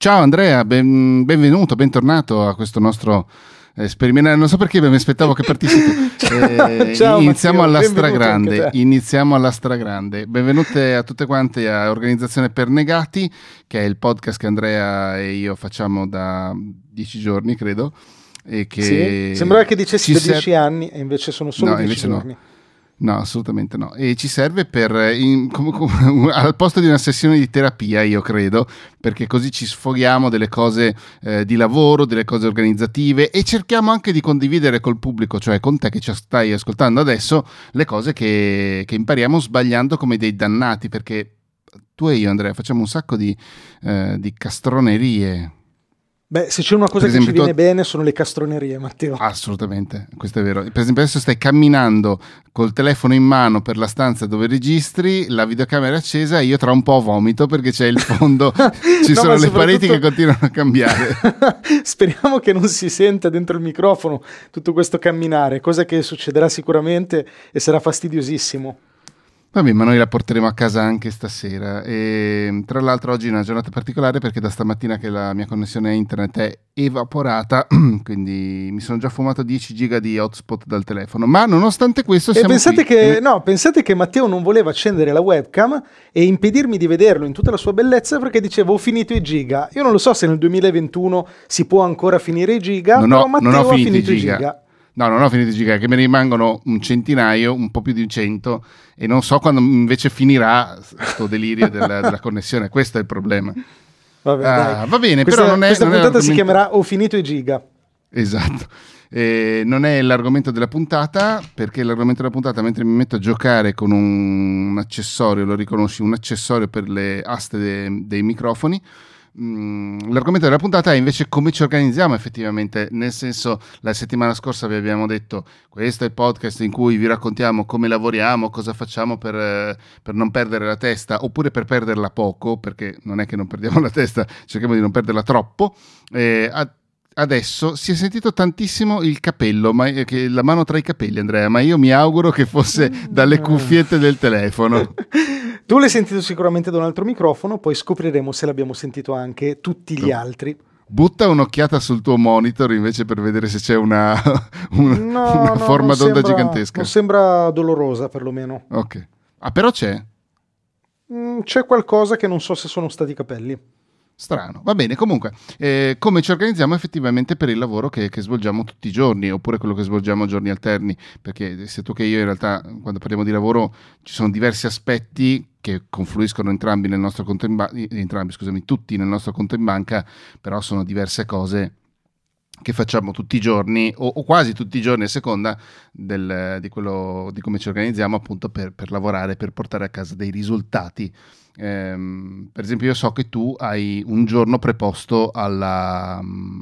Ciao Andrea, benvenuto, bentornato a questo nostro esperimento. Non so perché mi aspettavo che partissi tu. Ciao, iniziamo Matteo, alla stragrande. Benvenute a tutte quante a Organizzazione per Negati, che è il podcast che Andrea e io facciamo da 10 giorni, credo. E che sì, sembrava che dicessi da 10 anni e invece sono solo 10 giorni. No. No, assolutamente no. E ci serve per al posto di una sessione di terapia, io credo, perché così ci sfoghiamo delle cose di lavoro, delle cose organizzative e cerchiamo anche di condividere col pubblico, cioè con te che ci stai ascoltando adesso, le cose che impariamo sbagliando come dei dannati, perché tu e io, Andrea, facciamo un sacco di castronerie. Beh, se c'è una cosa che ci viene bene sono le castronerie, Matteo. Assolutamente, questo è vero. Per esempio adesso stai camminando col telefono in mano per la stanza dove registri, la videocamera è accesa e io tra un po' vomito perché c'è il fondo, sono le pareti che continuano a cambiare. Speriamo che non si senta dentro il microfono tutto questo camminare, cosa che succederà sicuramente e sarà fastidiosissimo. Vabbè, ma noi la porteremo a casa anche stasera. E tra l'altro oggi è una giornata particolare perché da stamattina che la mia connessione a internet è evaporata, quindi mi sono già fumato 10 giga di hotspot dal telefono. Ma nonostante questo siamo pensate qui. Pensate che Matteo non voleva accendere la webcam e impedirmi di vederlo in tutta la sua bellezza perché diceva ho finito i giga. Io non lo so se nel 2021 si può ancora finire i giga, però Matteo ha finito i giga. No, non ho finito i giga, che me ne rimangono un centinaio, un po' più di 100, e non so quando invece finirà sto delirio della connessione. Questo è il problema. Vabbè, dai. Va bene, questa, però non è... Questa non puntata è si chiamerà Ho finito i giga. Esatto. Non è l'argomento della puntata, perché l'argomento della puntata, mentre mi metto a giocare con un accessorio, lo riconosci, un accessorio per le aste dei microfoni, l'argomento della puntata è invece come ci organizziamo effettivamente, nel senso, la settimana scorsa vi abbiamo detto questo è il podcast in cui vi raccontiamo come lavoriamo, cosa facciamo per non perdere la testa oppure per perderla poco, perché non è che non perdiamo la testa, cerchiamo di non perderla troppo. Adesso si è sentito tantissimo il capello, la mano tra i capelli, Andrea, ma io mi auguro che fosse dalle cuffiette del telefono. Tu l'hai sentito sicuramente da un altro microfono, poi scopriremo se l'abbiamo sentito anche tutti gli altri. Butta un'occhiata sul tuo monitor invece per vedere se c'è una forma d'onda gigantesca. Non sembra dolorosa perlomeno. Ok. Ah, però c'è? C'è qualcosa che non so se sono stati i capelli. Strano, va bene. Comunque, come ci organizziamo effettivamente per il lavoro che svolgiamo tutti i giorni, oppure quello che svolgiamo a giorni alterni, perché sia tu che io in realtà quando parliamo di lavoro ci sono diversi aspetti che confluiscono entrambi nel nostro conto in banca, tutti nel nostro conto in banca, però sono diverse cose che facciamo tutti i giorni o quasi tutti i giorni a seconda di come ci organizziamo appunto per lavorare, per portare a casa dei risultati. Per esempio io so che tu hai un giorno preposto alla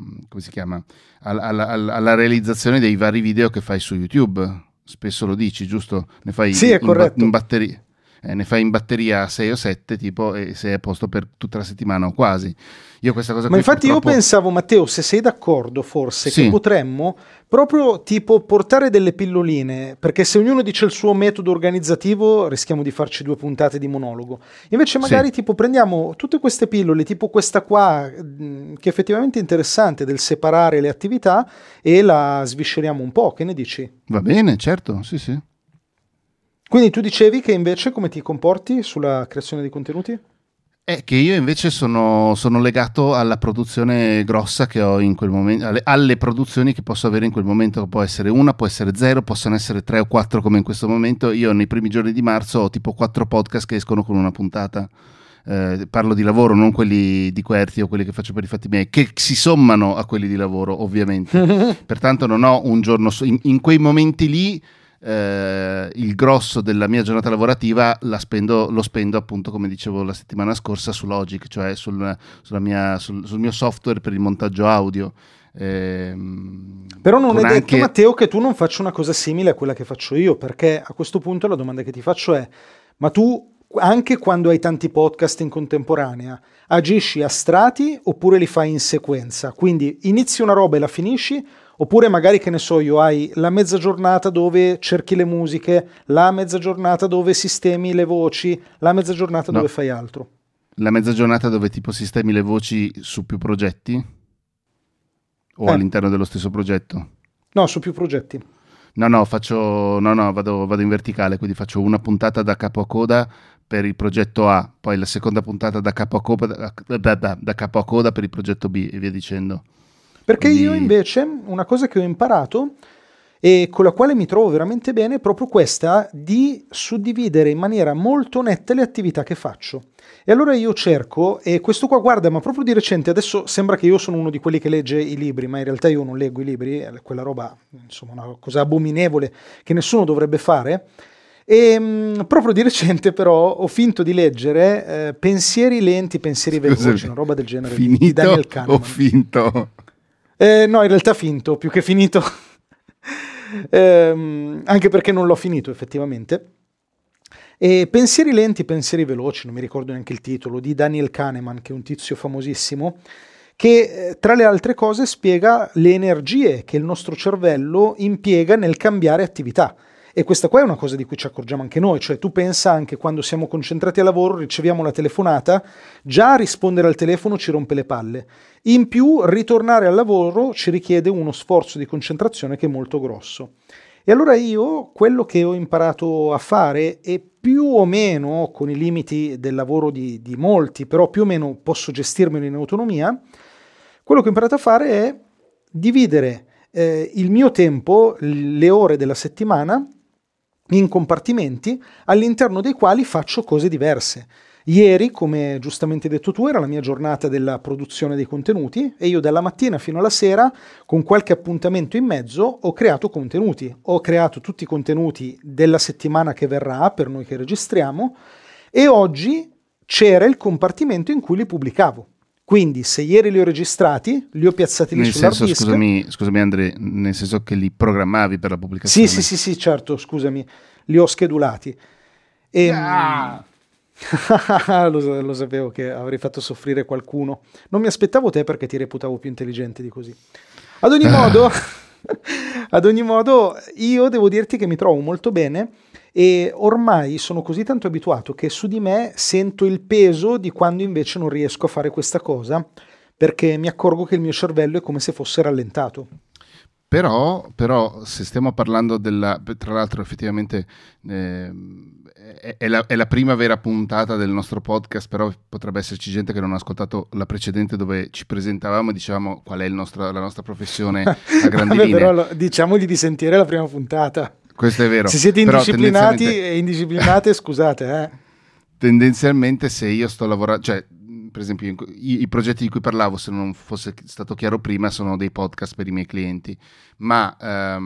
alla realizzazione dei vari video che fai su YouTube, spesso lo dici, giusto? Ne fai sì, è corretto. In batteria. Ne fai in batteria 6 o 7 tipo e sei a posto per tutta la settimana o quasi. Io questa cosa ma infatti purtroppo... io pensavo, Matteo, se sei d'accordo forse sì, che potremmo proprio tipo portare delle pilloline, perché se ognuno dice il suo metodo organizzativo rischiamo di farci 2 puntate di monologo. Invece magari tipo prendiamo tutte queste pillole, tipo questa qua che effettivamente è interessante, del separare le attività, e la svisceriamo un po', che ne dici? Va bene, certo, sì. Quindi tu dicevi che invece come ti comporti sulla creazione di contenuti? È che io invece sono legato alla produzione grossa che ho in quel momento, alle produzioni che posso avere in quel momento. Può essere 1, può essere 0, possono essere 3 o 4 come in questo momento. Io nei primi giorni di marzo ho tipo 4 podcast che escono con una puntata. Parlo di lavoro, non quelli di QWERTY o quelli che faccio per i fatti miei, che si sommano a quelli di lavoro ovviamente. Pertanto non ho un giorno in quei momenti lì. Il grosso della mia giornata lavorativa lo spendo appunto, come dicevo la settimana scorsa, su Logic, cioè sul mio software per il montaggio audio. Però non è detto, Matteo, che tu non faccia una cosa simile a quella che faccio io, perché a questo punto la domanda che ti faccio è: ma tu anche quando hai tanti podcast in contemporanea agisci a strati oppure li fai in sequenza? Quindi inizi una roba e la finisci, oppure magari, che ne so io, hai la mezza giornata dove cerchi le musiche, la mezza giornata dove sistemi le voci, la mezza giornata dove fai altro? La mezza giornata dove tipo sistemi le voci su più progetti? O all'interno dello stesso progetto? No, su più progetti. No, vado in verticale, quindi faccio una puntata da capo a coda per il progetto A, poi la seconda puntata da capo a coda per il progetto B e via dicendo. Perché io invece, una cosa che ho imparato e con la quale mi trovo veramente bene è proprio questa di suddividere in maniera molto netta le attività che faccio. E allora io cerco, e questo qua guarda, ma proprio di recente, adesso sembra che io sono uno di quelli che legge i libri, ma in realtà io non leggo i libri, è quella roba, insomma, una cosa abominevole che nessuno dovrebbe fare. E proprio di recente però ho finto di leggere Pensieri lenti, pensieri veloci, una roba del genere di Daniel Kahneman. Ho finto? No, in realtà finto, più che finito. Anche perché non l'ho finito effettivamente. E Pensieri lenti, pensieri veloci, non mi ricordo neanche il titolo, di Daniel Kahneman, che è un tizio famosissimo, che tra le altre cose spiega le energie che il nostro cervello impiega nel cambiare attività. E questa qua è una cosa di cui ci accorgiamo anche noi, cioè tu pensa anche quando siamo concentrati al lavoro, riceviamo la telefonata, già rispondere al telefono ci rompe le palle. In più, ritornare al lavoro ci richiede uno sforzo di concentrazione che è molto grosso. E allora io, quello che ho imparato a fare, e più o meno con i limiti del lavoro di molti, però più o meno posso gestirmelo in autonomia, quello che ho imparato a fare è dividere il mio tempo, le ore della settimana, in compartimenti all'interno dei quali faccio cose diverse. Ieri, come giustamente detto tu, era la mia giornata della produzione dei contenuti e io dalla mattina fino alla sera, con qualche appuntamento in mezzo, ho creato contenuti. Ho creato tutti i contenuti della settimana che verrà per noi che registriamo e oggi c'era il compartimento in cui li pubblicavo. Quindi se ieri li ho registrati, li ho piazzati lì sull'hard disk. Scusami Andre, nel senso che li programmavi per la pubblicazione? Sì, certo, scusami, li ho schedulati. Lo sapevo che avrei fatto soffrire qualcuno. Non mi aspettavo te perché ti reputavo più intelligente di così. Ad ogni modo, io devo dirti che mi trovo molto bene e ormai sono così tanto abituato che su di me sento il peso di quando invece non riesco a fare questa cosa, perché mi accorgo che il mio cervello è come se fosse rallentato. Però se stiamo parlando tra l'altro effettivamente è la prima vera puntata del nostro podcast, però potrebbe esserci gente che non ha ascoltato la precedente dove ci presentavamo e dicevamo qual è la nostra professione a grandi linee. Però diciamogli di sentire la prima puntata. Questo è vero. Se siete indisciplinati e indisciplinate, scusate. Tendenzialmente se io sto lavorando, cioè per esempio i progetti di cui parlavo, se non fosse stato chiaro prima, sono dei podcast per i miei clienti, ma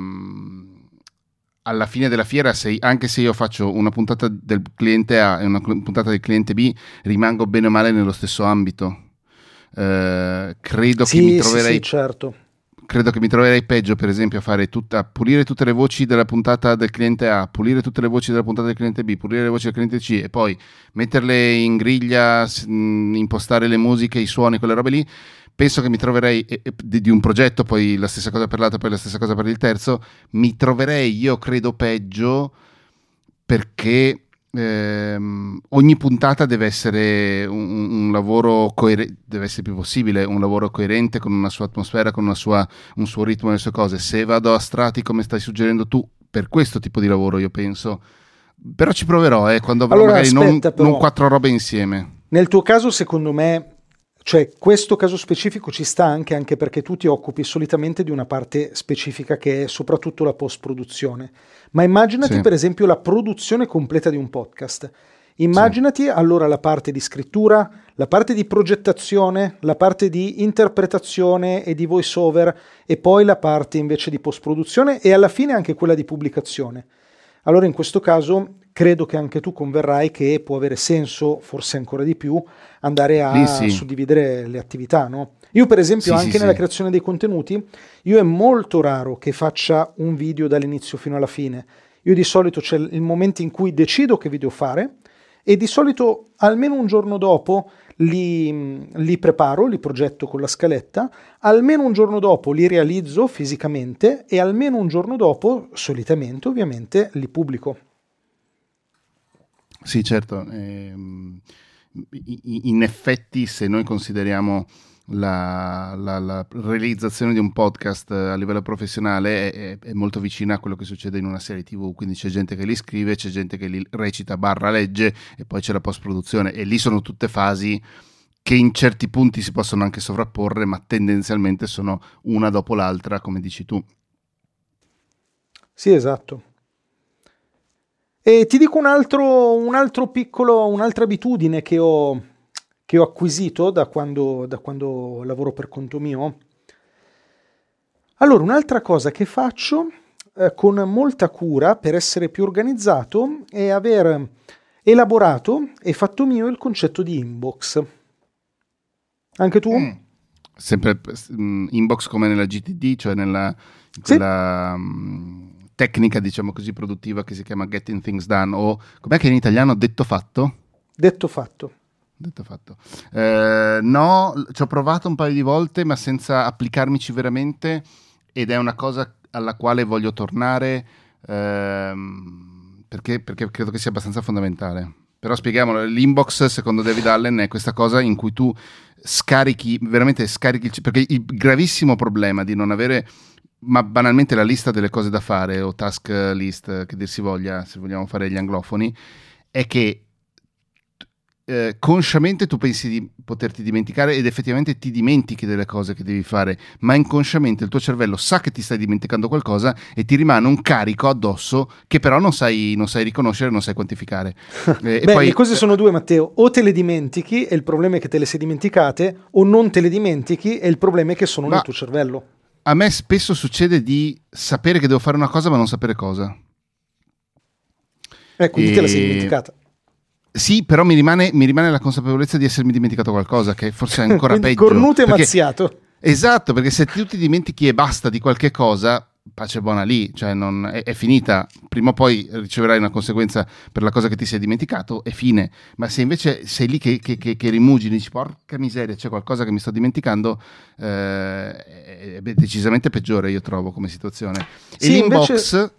alla fine della fiera, anche se io faccio una puntata del cliente A e una puntata del cliente B, rimango bene o male nello stesso ambito. Credo che mi troverei... Sì, certo. Credo che mi troverei peggio, per esempio, a pulire tutte le voci della puntata del cliente A, pulire tutte le voci della puntata del cliente B, pulire le voci del cliente C e poi metterle in griglia, impostare le musiche, i suoni, quelle robe lì. Penso che mi troverei di un progetto, poi la stessa cosa per l'altro, poi la stessa cosa per il terzo. Mi troverei, io credo, peggio perché ogni puntata deve essere un lavoro coerente, deve essere più possibile un lavoro coerente con una sua atmosfera, con un suo ritmo e le sue cose. Se vado a strati come stai suggerendo tu, per questo tipo di lavoro io penso, però ci proverò quando avrò magari non 4 robe insieme. Nel tuo caso secondo me, cioè questo caso specifico ci sta anche perché tu ti occupi solitamente di una parte specifica che è soprattutto la post-produzione. Ma immaginati per esempio la produzione completa di un podcast. Immaginati allora la parte di scrittura, la parte di progettazione, la parte di interpretazione e di voice over e poi la parte invece di post-produzione e alla fine anche quella di pubblicazione. Allora in questo caso credo che anche tu converrai che può avere senso, forse ancora di più, andare a suddividere le attività, no? Io per esempio nella creazione dei contenuti, io è molto raro che faccia un video dall'inizio fino alla fine. Io di solito c'è il momento in cui decido che video fare e di solito almeno un giorno dopo li preparo, li progetto con la scaletta, almeno un giorno dopo li realizzo fisicamente e almeno un giorno dopo, solitamente ovviamente, li pubblico. Sì, certo. in effetti, se noi consideriamo la realizzazione di un podcast a livello professionale è molto vicina a quello che succede in una serie TV, quindi c'è gente che li scrive, c'è gente che li recita / legge e poi c'è la post-produzione, e lì sono tutte fasi che in certi punti si possono anche sovrapporre, ma tendenzialmente sono una dopo l'altra, come dici tu. Sì, esatto. E ti dico un'altra abitudine che ho acquisito da quando lavoro per conto mio. Allora, un'altra cosa che faccio con molta cura per essere più organizzato è aver elaborato e fatto mio il concetto di inbox. Anche tu? Sempre inbox come nella GTD, cioè nella quella tecnica, diciamo così, produttiva che si chiama Getting Things Done, o com'è che in italiano detto fatto? Detto fatto. No, ci ho provato un paio di volte ma senza applicarmici veramente, ed è una cosa alla quale voglio tornare perché credo che sia abbastanza fondamentale. Però spieghiamolo, l'inbox secondo David Allen è questa cosa in cui tu scarichi perché il gravissimo problema di non avere ma banalmente la lista delle cose da fare, o task list che dir si voglia, se vogliamo fare gli anglofoni, è che consciamente tu pensi di poterti dimenticare ed effettivamente ti dimentichi delle cose che devi fare, ma inconsciamente il tuo cervello sa che ti stai dimenticando qualcosa e ti rimane un carico addosso che però non sai riconoscere, non sai quantificare. E poi, le cose sono due, Matteo: o te le dimentichi e il problema è che te le sei dimenticate, o non te le dimentichi e il problema è che sono nel tuo cervello. A me spesso succede di sapere che devo fare una cosa ma non sapere cosa. Quindi te la sei dimenticata. Sì, però mi rimane la consapevolezza di essermi dimenticato qualcosa, che forse è ancora peggio. Cornuto e mazziato. Esatto, perché se tu ti dimentichi e basta di qualche cosa, pace buona lì, cioè è finita. Prima o poi riceverai una conseguenza per la cosa che ti sei dimenticato, è fine. Ma se invece sei lì che rimugini, dici porca miseria, c'è qualcosa che mi sto dimenticando, è decisamente peggiore, io trovo, come situazione. Sì, e l'inbox... Invece...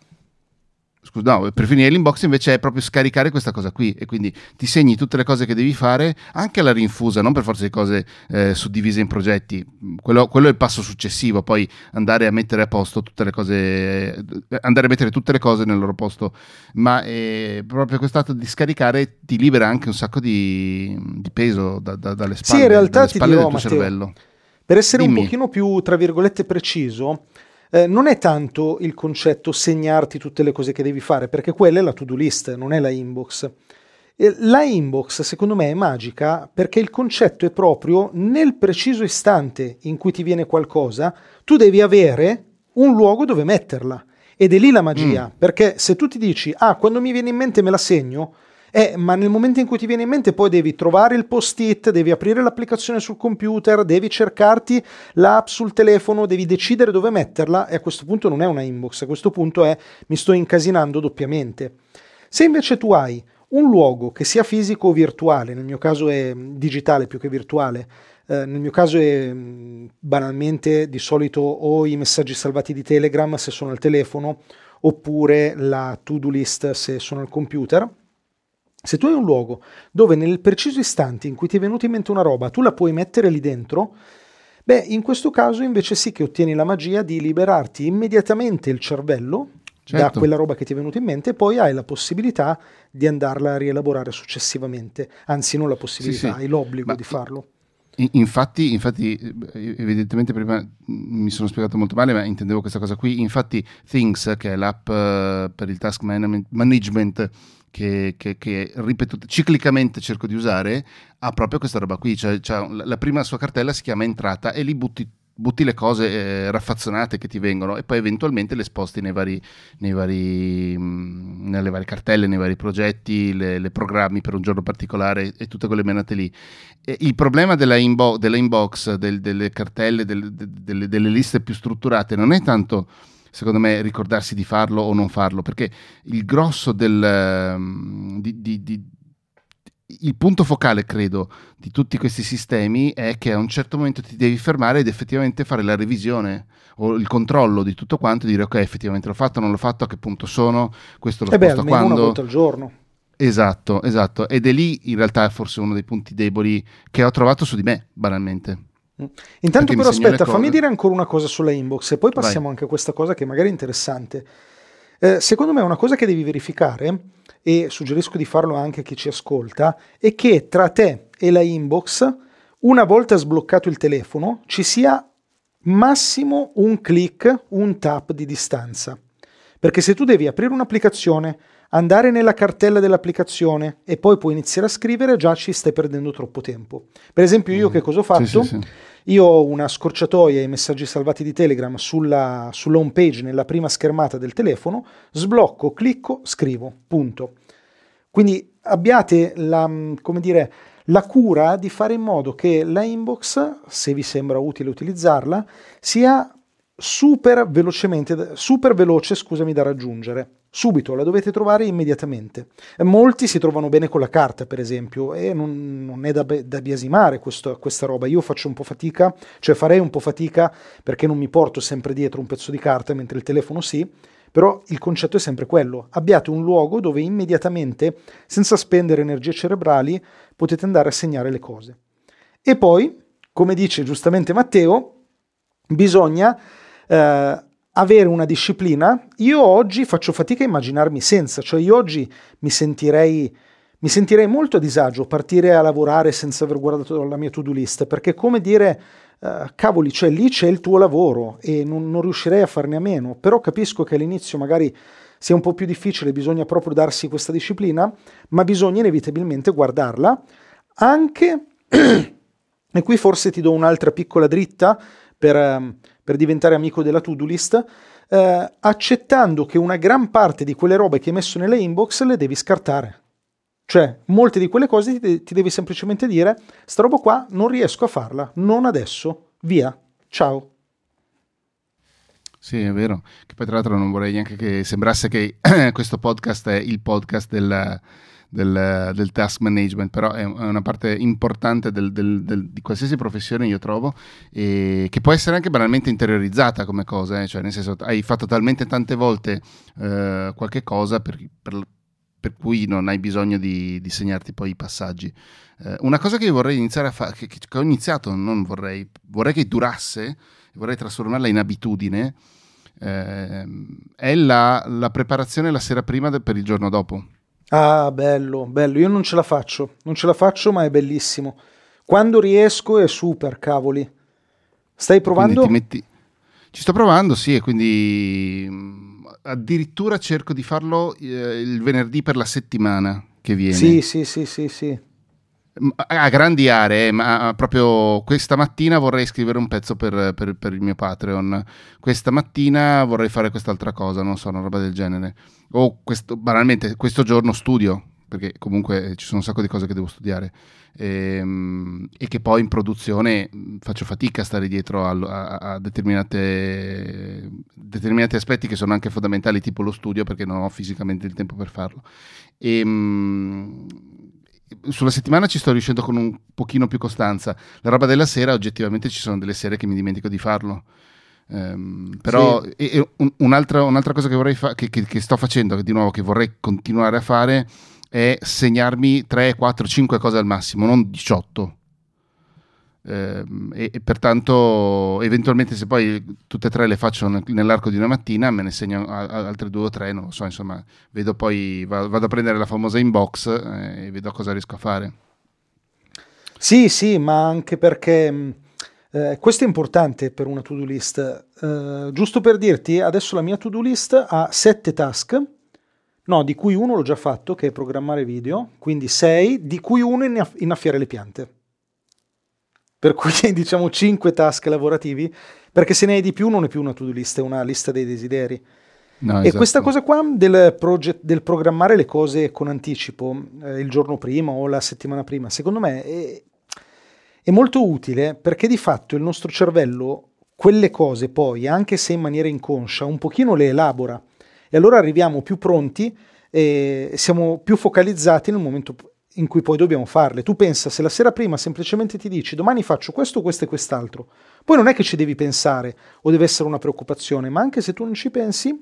Scusa, no, per finire l'inbox invece è proprio scaricare questa cosa qui, e quindi ti segni tutte le cose che devi fare, anche alla rinfusa, non per forza di cose suddivise in progetti. Quello è il passo successivo, poi andare a mettere a posto tutte le cose, andare a mettere tutte le cose nel loro posto, ma proprio questo atto di scaricare ti libera anche un sacco di peso dalle spalle, sì, in realtà dalle spalle ti dirò, del tuo Matteo, cervello. Per essere Dimmi. un pochino più, tra virgolette, preciso, non è tanto il concetto segnarti tutte le cose che devi fare, perché quella è la to-do list, non è la inbox. La inbox, secondo me, è magica perché il concetto è proprio nel preciso istante in cui ti viene qualcosa, tu devi avere un luogo dove metterla. Ed è lì la magia, perché se tu ti dici, quando mi viene in mente me la segno, ma nel momento in cui ti viene in mente poi devi trovare il post-it, devi aprire l'applicazione sul computer, devi cercarti l'app sul telefono, devi decidere dove metterla, e a questo punto non è una inbox, a questo punto mi sto incasinando doppiamente. Se invece tu hai un luogo che sia fisico o virtuale, nel mio caso è digitale più che virtuale, nel mio caso è banalmente di solito o i messaggi salvati di Telegram se sono al telefono, oppure la to-do list se sono al computer. Se tu hai un luogo dove nel preciso istante in cui ti è venuta in mente una roba tu la puoi mettere lì dentro, in questo caso invece sì che ottieni la magia di liberarti immediatamente il cervello da quella roba che ti è venuta in mente, e poi hai la possibilità di andarla a rielaborare successivamente, anzi non la possibilità, hai l'obbligo di farlo. Infatti, evidentemente prima mi sono spiegato molto male, ma intendevo questa cosa qui. Infatti Things, che è l'app per il task management che ciclicamente cerco di usare, ha proprio questa roba qui, cioè la prima sua cartella si chiama entrata e lì butti le cose raffazzonate che ti vengono, e poi eventualmente le sposti nelle varie cartelle, nei vari progetti, le programmi per un giorno particolare e tutte quelle menate lì. E il problema della inbox, delle cartelle, delle liste più strutturate non è tanto, secondo me, ricordarsi di farlo o non farlo, perché il grosso il punto focale, credo, di tutti questi sistemi è che a un certo momento ti devi fermare ed effettivamente fare la revisione o il controllo di tutto quanto, e dire ok, effettivamente l'ho fatto, non l'ho fatto, a che punto sono, questo lo sposto almeno quando. una volta al giorno. Esatto, ed è lì in realtà forse uno dei punti deboli che ho trovato su di me, banalmente. Intanto però aspetta, fammi dire ancora una cosa sulla inbox e poi passiamo anche a questa cosa che magari è interessante. Secondo me una cosa che devi verificare, e suggerisco di farlo anche a chi ci ascolta, è che tra te e la inbox, una volta sbloccato il telefono, ci sia massimo un click, un tap di distanza. Perché se tu devi aprire un'applicazione, andare nella cartella dell'applicazione e poi puoi iniziare a scrivere, già ci stai perdendo troppo tempo. Per esempio io che cosa ho fatto? Sì. Io ho una scorciatoia ai messaggi salvati di Telegram sulla home page, nella prima schermata del telefono, sblocco, clicco, scrivo, punto. Quindi abbiate la cura di fare in modo che la inbox, se vi sembra utile utilizzarla, sia super veloce da raggiungere. Subito, la dovete trovare immediatamente. Molti si trovano bene con la carta, per esempio, e non è da biasimare questa roba. Io faccio un po' fatica, cioè farei un po' fatica perché non mi porto sempre dietro un pezzo di carta, mentre il telefono sì, però il concetto è sempre quello. Abbiate un luogo dove immediatamente, senza spendere energie cerebrali, potete andare a segnare le cose. E poi, come dice giustamente Matteo, bisogna avere una disciplina. Io oggi faccio fatica a immaginarmi senza, cioè io oggi mi sentirei molto a disagio partire a lavorare senza aver guardato la mia to-do list, perché come dire, cavoli, cioè lì c'è il tuo lavoro e non riuscirei a farne a meno, però capisco che all'inizio magari sia un po' più difficile, bisogna proprio darsi questa disciplina, ma bisogna inevitabilmente guardarla, anche, e qui forse ti do un'altra piccola dritta per diventare amico della to-do list, accettando che una gran parte di quelle robe che hai messo nelle inbox le devi scartare. Cioè, molte di quelle cose ti devi semplicemente dire, sta roba qua non riesco a farla, non adesso, via, ciao. Sì, è vero, che poi tra l'altro non vorrei neanche che sembrasse che questo podcast è il podcast del task management, però è una parte importante di qualsiasi professione, io trovo, e che può essere anche banalmente interiorizzata come cosa, cioè nel senso hai fatto talmente tante volte qualche cosa per cui non hai bisogno di segnarti poi i passaggi. Una cosa che io vorrei iniziare a fare, che ho iniziato, non vorrei che durasse, vorrei trasformarla in abitudine, è la preparazione la sera prima per il giorno dopo. Ah, bello, io non ce la faccio, ma è bellissimo. Quando riesco è super, cavoli. Stai provando? Ci sto provando, sì, e quindi addirittura cerco di farlo il venerdì per la settimana che viene. Sì. A grandi aree, ma proprio questa mattina vorrei scrivere un pezzo per il mio Patreon, questa mattina vorrei fare quest'altra cosa, non so, una roba del genere, o banalmente questo giorno studio, perché comunque ci sono un sacco di cose che devo studiare, e che poi in produzione faccio fatica a stare dietro a determinati aspetti che sono anche fondamentali, tipo lo studio, perché non ho fisicamente il tempo per farlo. Sulla settimana ci sto riuscendo con un pochino più costanza. La roba della sera, oggettivamente ci sono delle sere che mi dimentico di farlo, però sì. Un'altra cosa che vorrei che sto facendo, che di nuovo che vorrei continuare a fare, è segnarmi 3, 4, 5 cose al massimo, non 18, e pertanto eventualmente se poi tutte e tre le faccio nell'arco di una mattina, me ne segno altre 2 o 3, non lo so, insomma, vedo, poi vado a prendere la famosa inbox e vedo cosa riesco a fare. Sì, ma anche perché questo è importante per una to-do list. Giusto per dirti, adesso la mia to-do list ha 7 task, no, di cui uno l'ho già fatto, che è programmare video, quindi 6, di cui uno è innaffiare le piante. Per cui diciamo 5 task lavorativi, perché se ne hai di più non è più una to-do list, è una lista dei desideri. No, e esatto. Questa cosa qua del programmare le cose con anticipo, il giorno prima o la settimana prima, secondo me è molto utile, perché di fatto il nostro cervello quelle cose poi, anche se in maniera inconscia, un pochino le elabora, e allora arriviamo più pronti e siamo più focalizzati nel momento in cui poi dobbiamo farle. Tu pensa, se la sera prima semplicemente ti dici domani faccio questo, questo e quest'altro, poi non è che ci devi pensare o deve essere una preoccupazione, ma anche se tu non ci pensi,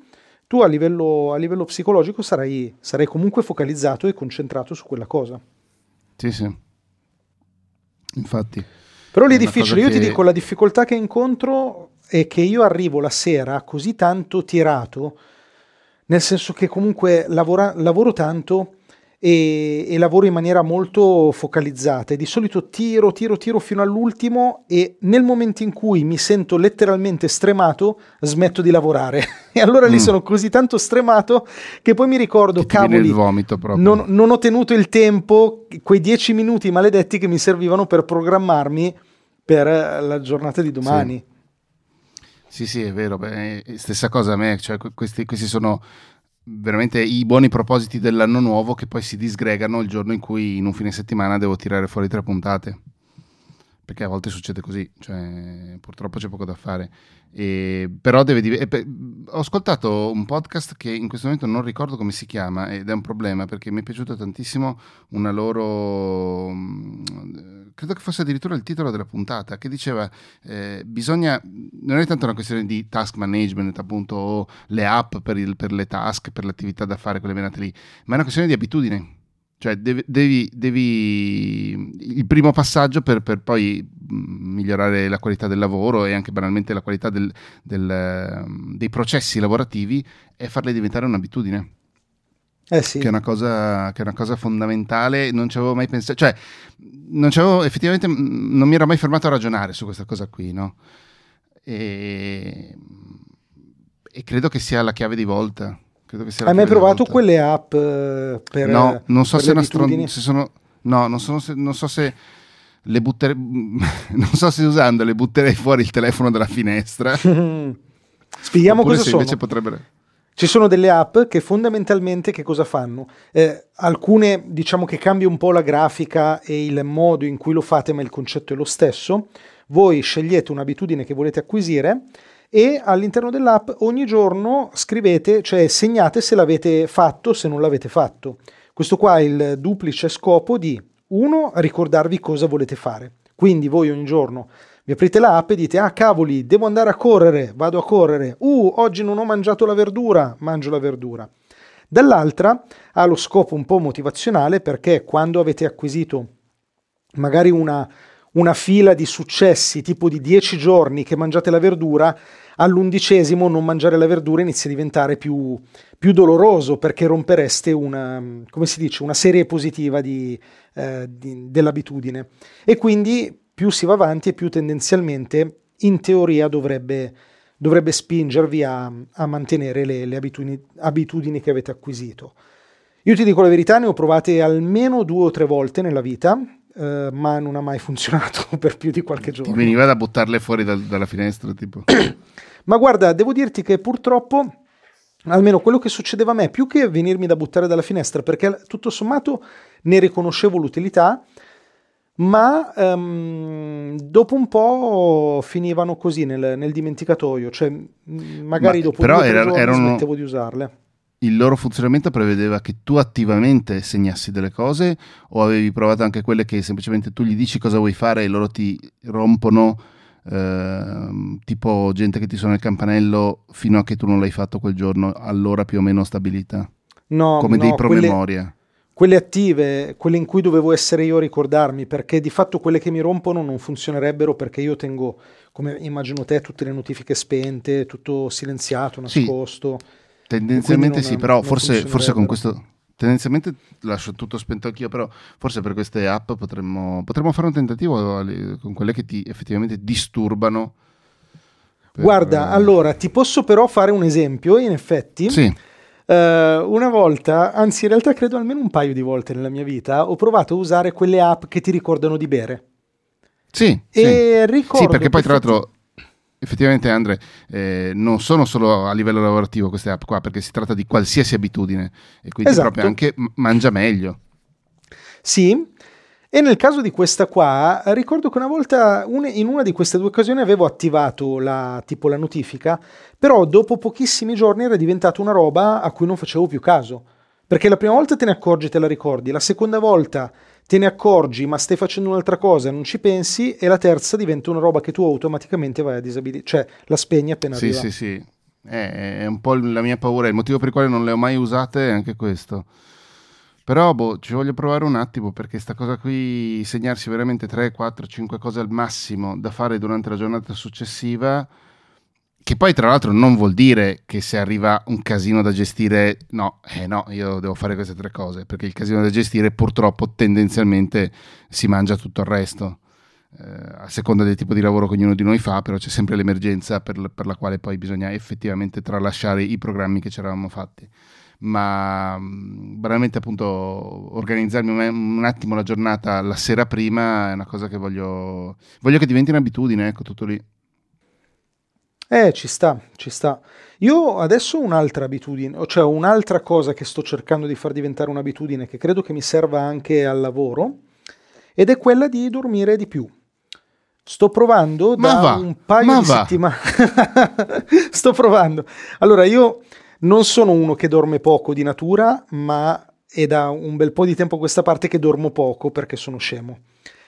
tu a livello psicologico sarai comunque focalizzato e concentrato su quella cosa. Sì. Infatti. Però lì è difficile, io ti dico, la difficoltà che incontro è che io arrivo la sera così tanto tirato, nel senso che comunque lavoro tanto e lavoro in maniera molto focalizzata e di solito tiro fino all'ultimo e nel momento in cui mi sento letteralmente stremato smetto di lavorare e allora lì sono così tanto stremato che poi mi ricordo, che cavoli, il vomito proprio. Non ho tenuto il tempo, quei 10 minuti maledetti che mi servivano per programmarmi per la giornata di domani. Sì, è vero. Stessa cosa a me, cioè questi sono veramente i buoni propositi dell'anno nuovo che poi si disgregano il giorno in cui in un fine settimana devo tirare fuori 3 puntate, perché a volte succede così, cioè purtroppo c'è poco da fare. Però ho ascoltato un podcast che in questo momento non ricordo come si chiama ed è un problema perché mi è piaciuto tantissimo una loro, credo che fosse addirittura il titolo della puntata, che diceva non è tanto una questione di task management appunto o le app per le task, per le attività da fare, quelle menate lì, ma è una questione di abitudine. Cioè devi il primo passaggio per poi migliorare la qualità del lavoro e anche banalmente la qualità dei processi lavorativi è farli diventare un'abitudine. Sì. Che è una cosa fondamentale. Non ci avevo mai pensato, cioè effettivamente non mi ero mai fermato a ragionare su questa cosa qui, no? E credo che sia la chiave di volta. Hai mai provato quelle app per no, non so se non so se le butterei non so se usando le butterei fuori il telefono dalla finestra. Spieghiamo cosa sono. Invece potrebbero... Ci sono delle app che fondamentalmente che cosa fanno? Alcune diciamo che cambia un po' la grafica e il modo in cui lo fate, ma il concetto è lo stesso. Voi scegliete un'abitudine che volete acquisire e all'interno dell'app ogni giorno scrivete, cioè segnate se l'avete fatto, se non l'avete fatto. Questo qua è il duplice scopo di, uno, ricordarvi cosa volete fare. Quindi voi ogni giorno vi aprite l'app e dite, ah cavoli, devo andare a correre, vado a correre, oggi non ho mangiato la verdura, mangio la verdura. Dall'altra ha lo scopo un po' motivazionale perché quando avete acquisito magari una fila di successi tipo di 10 giorni che mangiate la verdura, all'11° non mangiare la verdura inizia a diventare più doloroso perché rompereste una serie positiva dell'abitudine e quindi più si va avanti e più tendenzialmente in teoria dovrebbe spingervi a mantenere le abitudini che avete acquisito. Io ti dico la verità, ne ho provate almeno 2 o 3 volte nella vita, ma non ha mai funzionato per più di qualche giorno. Ti veniva da buttarle fuori dalla finestra tipo? Ma guarda, devo dirti che purtroppo, almeno quello che succedeva a me, più che venirmi da buttare dalla finestra, perché tutto sommato ne riconoscevo l'utilità, ma dopo un po' finivano così nel dimenticatoio, cioè magari dopo 2 o 3 giorni smettevo di usarle. Il loro funzionamento prevedeva che tu attivamente segnassi delle cose o avevi provato anche quelle che semplicemente tu gli dici cosa vuoi fare e loro ti rompono, tipo gente che ti suona il campanello fino a che tu non l'hai fatto quel giorno all'ora più o meno stabilita? No, come dei promemoria. Quelle attive, quelle in cui dovevo essere io a ricordarmi, perché di fatto quelle che mi rompono non funzionerebbero perché io tengo, come immagino te, tutte le notifiche spente, tutto silenziato, nascosto. Sì. Tendenzialmente sì, però forse con questo tendenzialmente lascio tutto spento anch'io, però forse per queste app potremmo fare un tentativo con quelle che ti effettivamente disturbano. Guarda, allora ti posso però fare un esempio, in effetti. Sì. Una volta, anzi in realtà credo almeno un paio di volte nella mia vita, ho provato a usare quelle app che ti ricordano di bere. Sì, ricordo sì, perché poi tra l'altro effettivamente Andre non sono solo a livello lavorativo queste app qua, perché si tratta di qualsiasi abitudine e quindi proprio anche mangia meglio. Sì, e nel caso di questa qua ricordo che una volta in una di queste 2 occasioni avevo attivato la notifica, però dopo pochissimi giorni era diventata una roba a cui non facevo più caso, perché la prima volta te ne accorgi e te la ricordi, la seconda volta te ne accorgi ma stai facendo un'altra cosa, non ci pensi, e la terza diventa una roba che tu automaticamente vai a disabilitare, cioè la spegni appena arriva. Sì. È un po' la mia paura, il motivo per il quale non le ho mai usate è anche questo. Però ci voglio provare un attimo, perché sta cosa qui, segnarsi veramente 3, 4, 5 cose al massimo da fare durante la giornata successiva, che poi tra l'altro non vuol dire che se arriva un casino da gestire, no, io devo fare queste 3 cose, perché il casino da gestire purtroppo tendenzialmente si mangia tutto il resto. A seconda del tipo di lavoro che ognuno di noi fa, però c'è sempre l'emergenza per la quale poi bisogna effettivamente tralasciare i programmi che ci eravamo fatti. Ma veramente appunto organizzarmi un attimo la giornata la sera prima è una cosa che voglio che diventi un'abitudine, ecco, tutto lì. Ci sta. Io adesso ho un'altra abitudine, cioè un'altra cosa che sto cercando di far diventare un'abitudine, che credo che mi serva anche al lavoro, ed è quella di dormire di più. Sto provando un paio di settimane. Sto provando. Allora, io non sono uno che dorme poco di natura, ma è da un bel po' di tempo a questa parte che dormo poco perché sono scemo.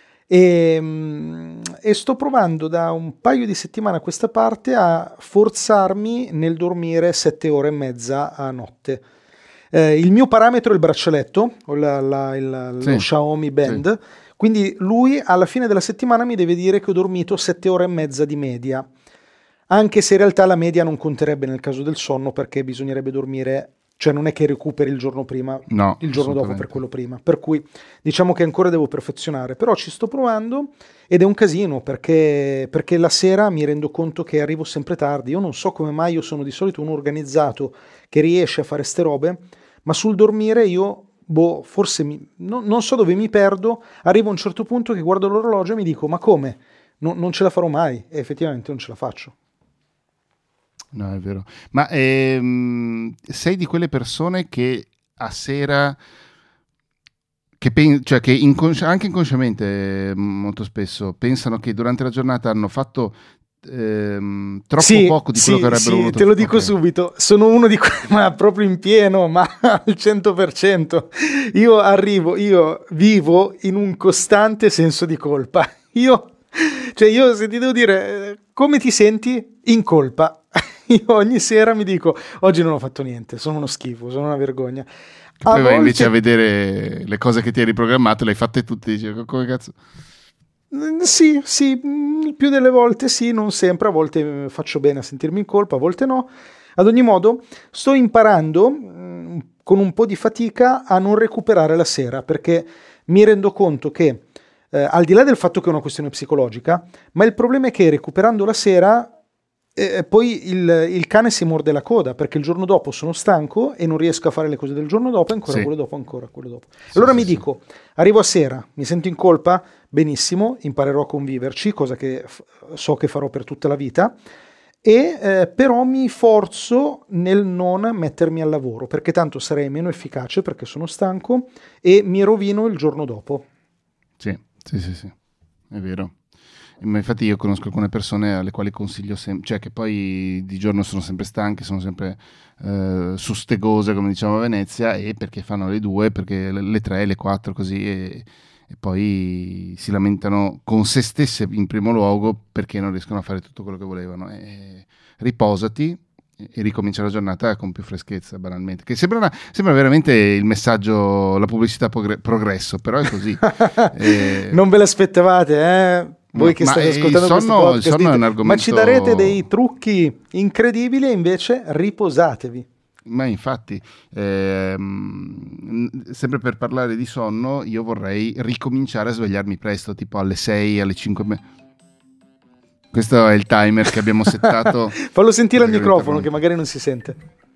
E sto provando da un paio di settimane a questa parte a forzarmi nel dormire 7 ore e mezza a notte. Il mio parametro è il braccialetto, lo Xiaomi Band. Sì. Quindi lui alla fine della settimana mi deve dire che ho dormito 7 ore e mezza di media, anche se in realtà la media non conterebbe nel caso del sonno, perché bisognerebbe dormire, cioè non è che recuperi il giorno prima, il giorno dopo per quello prima, per cui diciamo che ancora devo perfezionare, però ci sto provando ed è un casino perché la sera mi rendo conto che arrivo sempre tardi. Io non so come mai, io sono di solito un organizzato che riesce a fare ste robe, ma sul dormire io... forse non so dove mi perdo, arrivo a un certo punto che guardo l'orologio e mi dico: ma come? Non ce la farò mai, e effettivamente non ce la faccio. No, è vero. Ma sei di quelle persone che a sera, che anche inconsciamente molto spesso pensano che durante la giornata hanno fatto troppo poco di quello che avrebbero voluto. Te lo dico subito, sono uno di quelli, ma proprio in pieno, ma al 100%. Io vivo in un costante senso di colpa. Io se ti devo dire come ti senti, in colpa. Io ogni sera mi dico: oggi non ho fatto niente, sono uno schifo, sono una vergogna. Poi vai invece a vedere le cose che ti hai riprogrammato, le hai fatte tutte, dici: come cazzo? Sì, il più delle volte sì, non sempre, a volte faccio bene a sentirmi in colpa, a volte no. Ad ogni modo sto imparando con un po' di fatica a non recuperare la sera, perché mi rendo conto che al di là del fatto che è una questione psicologica, ma il problema è che recuperando la sera poi il cane si morde la coda, perché il giorno dopo sono stanco e non riesco a fare le cose del giorno dopo, ancora quello dopo, ancora quello dopo. Allora mi dico: arrivo a sera, mi sento in colpa, benissimo, imparerò a conviverci, cosa che so che farò per tutta la vita, e però mi forzo nel non mettermi al lavoro, perché tanto sarei meno efficace perché sono stanco e mi rovino il giorno dopo. Sì, è vero. Ma infatti io conosco alcune persone alle quali consiglio sempre, cioè che poi di giorno sono sempre stanche, sono sempre su stegose, come diciamo a Venezia, e perché fanno le 2, perché le 3, le 4 così, e poi si lamentano con se stesse in primo luogo perché non riescono a fare tutto quello che volevano. E riposati e ricomincia la giornata con più freschezza, banalmente, che sembra veramente il messaggio, la pubblicità progresso, però è così. Non ve l'aspettavate, voi che state ascoltando questo podcast, è un argomento... ma ci darete dei trucchi incredibili e invece riposatevi. Ma infatti, sempre per parlare di sonno, io vorrei ricominciare a svegliarmi presto, tipo alle 6, alle 5. Questo è il timer che abbiamo settato. Fallo sentire al microfono, che magari non si sente.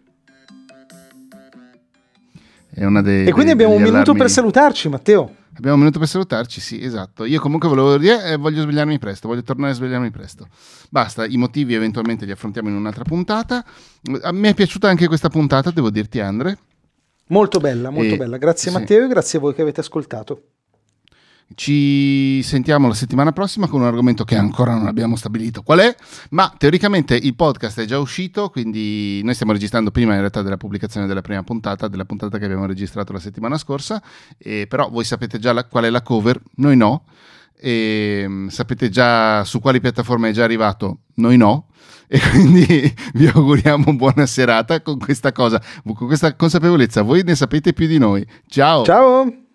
È una e quindi abbiamo un minuto per salutarci, Matteo. Abbiamo un minuto per salutarci, sì, esatto. Io comunque volevo dire, voglio svegliarmi presto, voglio tornare a svegliarmi presto. Basta, i motivi eventualmente li affrontiamo in un'altra puntata. A me è piaciuta anche questa puntata, devo dirti, Andre. Molto bella. Grazie Matteo e grazie a voi che avete ascoltato. Ci sentiamo la settimana prossima con un argomento che ancora non abbiamo stabilito qual è, ma teoricamente il podcast è già uscito, quindi noi stiamo registrando prima in realtà della pubblicazione della prima puntata, della puntata che abbiamo registrato la settimana scorsa, però voi sapete già qual è la cover, noi no, e sapete già su quali piattaforme è già arrivato, noi no, e quindi vi auguriamo buona serata con questa cosa, con questa consapevolezza. Voi ne sapete più di noi. Ciao! Ciao!